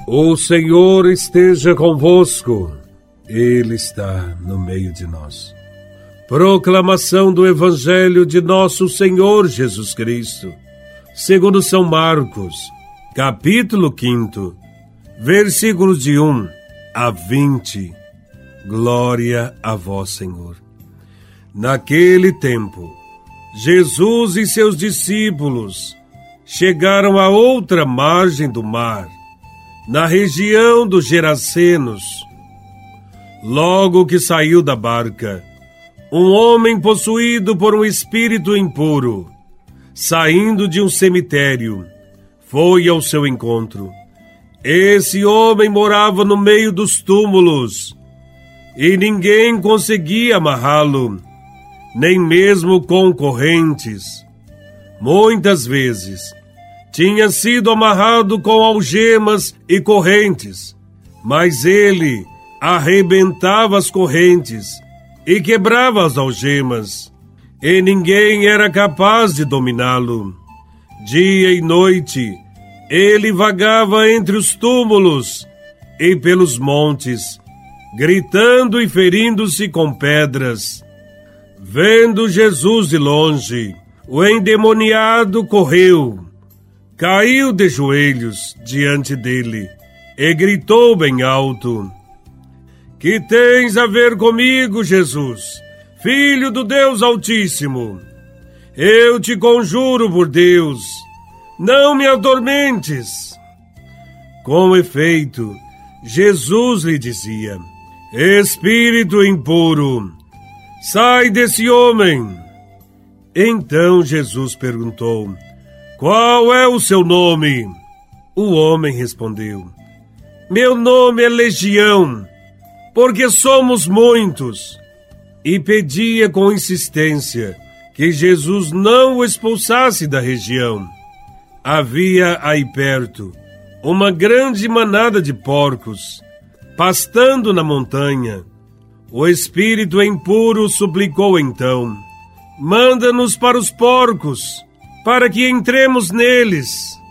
O Senhor esteja convosco, Ele está no meio de nós. Proclamação do Evangelho de nosso Senhor Jesus Cristo, segundo São Marcos, capítulo 5, versículos de 1 a 20. Glória a vós, Senhor. Naquele tempo, Jesus e seus discípulos chegaram à outra margem do mar, na região dos Gerasenos. Logo que saiu da barca, um homem possuído por um espírito impuro, saindo de um cemitério, foi ao seu encontro. Esse homem morava no meio dos túmulos, e ninguém conseguia amarrá-lo, nem mesmo com correntes. Muitas vezes tinha sido amarrado com algemas e correntes, mas ele arrebentava as correntes e quebrava as algemas, e ninguém era capaz de dominá-lo. Dia e noite, ele vagava entre os túmulos e pelos montes, gritando e ferindo-se com pedras. Vendo Jesus de longe, o endemoniado correu, caiu de joelhos diante dele e gritou bem alto: Que tens a ver comigo, Jesus, Filho do Deus Altíssimo? Eu te conjuro por Deus, não me atormentes. Com efeito, Jesus lhe dizia: Espírito impuro, sai desse homem. Então Jesus perguntou: Qual é o seu nome? O homem respondeu: Meu nome é Legião, porque somos muitos. E pedia com insistência que Jesus não o expulsasse da região. Havia aí perto uma grande manada de porcos, pastando na montanha. O espírito impuro suplicou então: Manda-nos para os porcos, para que entremos neles.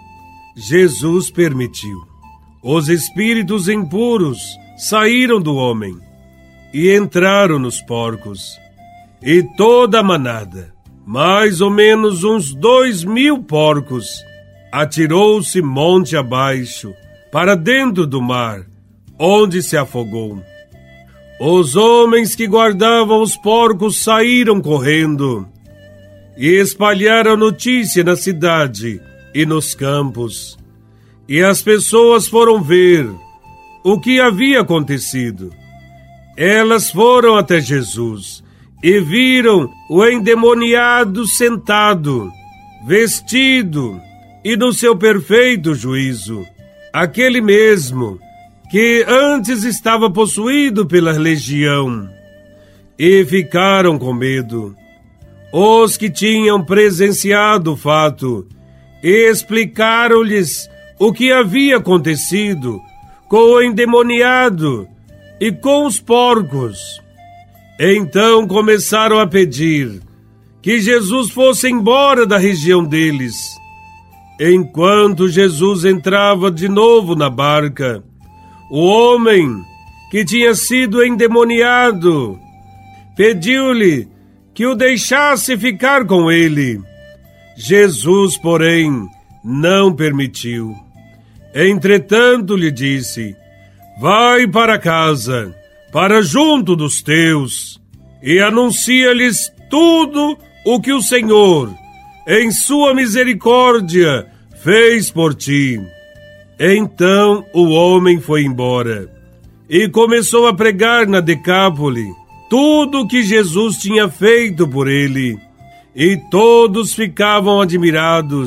Jesus permitiu. Os espíritos impuros saíram do homem e entraram nos porcos. E toda a manada, mais ou menos uns 2.000 porcos, atirou-se monte abaixo, para dentro do mar, onde se afogou. Os homens que guardavam os porcos saíram correndo e espalharam notícia na cidade e nos campos. E as pessoas foram ver o que havia acontecido. Elas foram até Jesus e viram o endemoniado sentado, vestido e no seu perfeito juízo, aquele mesmo que antes estava possuído pela legião, e ficaram com medo. Os que tinham presenciado o fato explicaram-lhes o que havia acontecido com o endemoniado e com os porcos. Então começaram a pedir que Jesus fosse embora da região deles. Enquanto Jesus entrava de novo na barca, o homem que tinha sido endemoniado pediu-lhe que o deixasse ficar com ele. Jesus, porém, não permitiu. Entretanto, lhe disse: Vai para casa, para junto dos teus, e anuncia-lhes tudo o que o Senhor, em sua misericórdia, fez por ti. Então o homem foi embora e começou a pregar na Decápole tudo o que Jesus tinha feito por ele, e todos ficavam admirados.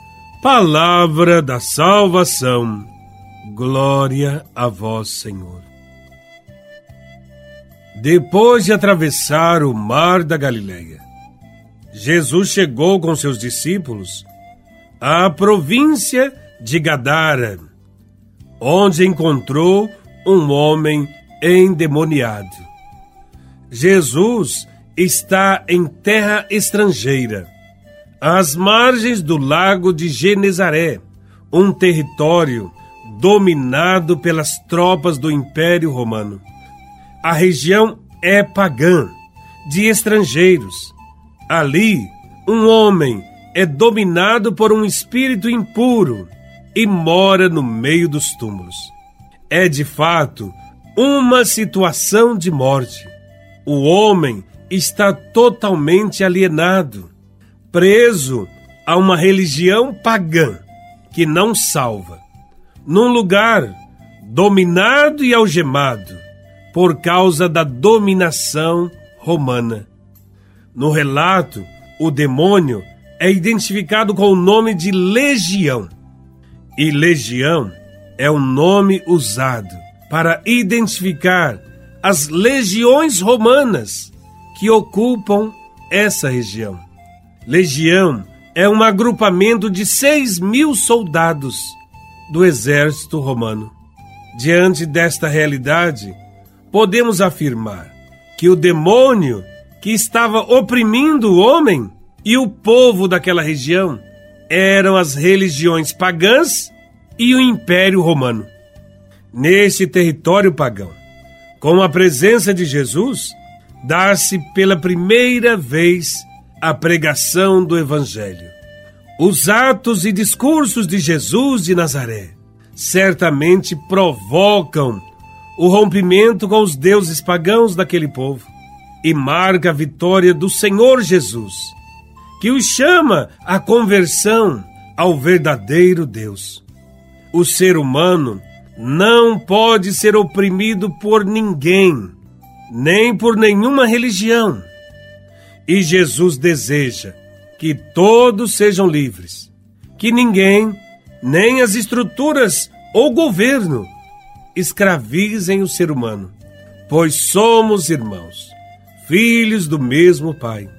Palavra da salvação. Glória a vós, Senhor. Depois de atravessar o mar da Galileia, Jesus chegou com seus discípulos à província de Gadara, onde encontrou um homem endemoniado. Jesus está em terra estrangeira, às margens do lago de Genezaré, um território dominado pelas tropas do Império Romano. A região é pagã, de estrangeiros. Ali, um homem é dominado por um espírito impuro e mora no meio dos túmulos. É de fato uma situação de morte. O homem está totalmente alienado, preso a uma religião pagã que não salva, num lugar dominado e algemado por causa da dominação romana. No relato, o demônio é identificado com o nome de Legião. E Legião é um nome usado para identificar as legiões romanas que ocupam essa região. Legião é um agrupamento de 6.000 soldados do exército romano. Diante desta realidade, podemos afirmar que o demônio que estava oprimindo o homem e o povo daquela região eram as religiões pagãs e o Império Romano. Neste território pagão, com a presença de Jesus, dá-se pela primeira vez a pregação do Evangelho. Os atos e discursos de Jesus de Nazaré certamente provocam o rompimento com os deuses pagãos daquele povo e marca a vitória do Senhor Jesus, que os chama à conversão ao verdadeiro Deus. O ser humano não pode ser oprimido por ninguém, nem por nenhuma religião. E Jesus deseja que todos sejam livres, que ninguém, nem as estruturas ou governo, escravizem o ser humano, pois somos irmãos, filhos do mesmo Pai.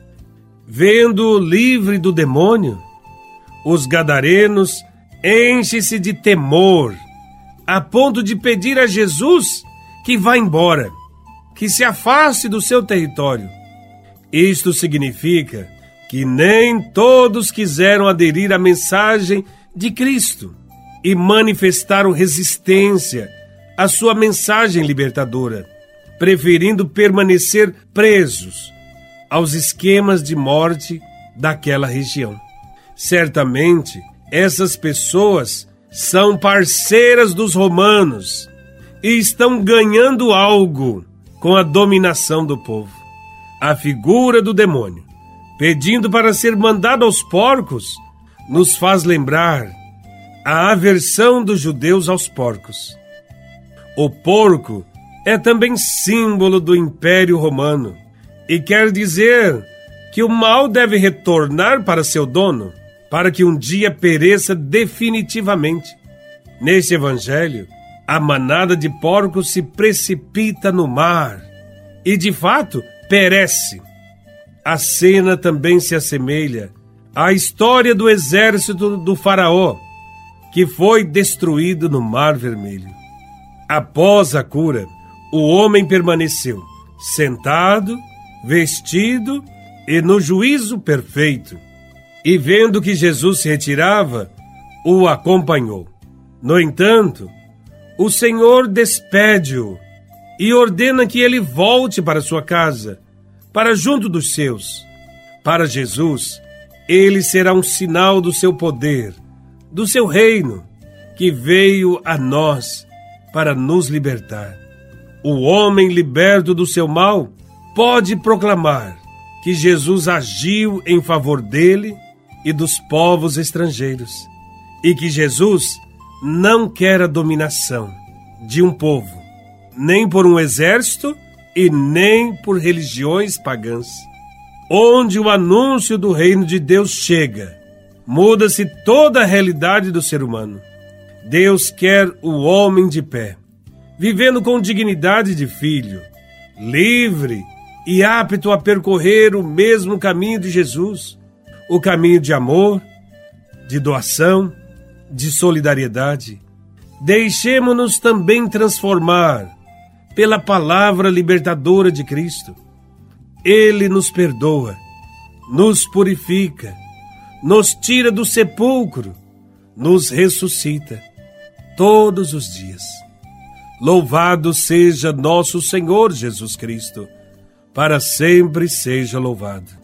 Vendo-o livre do demônio, os gadarenos enchem-se de temor, a ponto de pedir a Jesus que vá embora, que se afaste do seu território. Isto significa que nem todos quiseram aderir à mensagem de Cristo e manifestaram resistência à sua mensagem libertadora, preferindo permanecer presos aos esquemas de morte daquela região. Certamente, essas pessoas são parceiras dos romanos e estão ganhando algo com a dominação do povo. A figura do demônio, pedindo para ser mandado aos porcos, nos faz lembrar a aversão dos judeus aos porcos. O porco é também símbolo do Império Romano e quer dizer que o mal deve retornar para seu dono, para que um dia pereça definitivamente. Neste evangelho, a manada de porcos se precipita no mar e, de fato, perece. A cena também se assemelha à história do exército do faraó, que foi destruído no Mar Vermelho. Após a cura, o homem permaneceu sentado, vestido e no juízo perfeito. E vendo que Jesus se retirava, o acompanhou. No entanto, o Senhor despede-o e ordena que ele volte para sua casa, para junto dos seus. Para Jesus, ele será um sinal do seu poder, do seu reino, que veio a nós para nos libertar. O homem liberto do seu mal pode proclamar que Jesus agiu em favor dele e dos povos estrangeiros, e que Jesus não quer a dominação de um povo, nem por um exército e nem por religiões pagãs. Onde o anúncio do reino de Deus chega, muda-se toda a realidade do ser humano. Deus quer o homem de pé, vivendo com dignidade de filho, livre e apto a percorrer o mesmo caminho de Jesus, o caminho de amor, de doação, de solidariedade. Deixemo-nos também transformar pela palavra libertadora de Cristo. Ele nos perdoa, nos purifica, nos tira do sepulcro, nos ressuscita. todos os dias. Louvado seja nosso Senhor Jesus Cristo, para sempre seja louvado.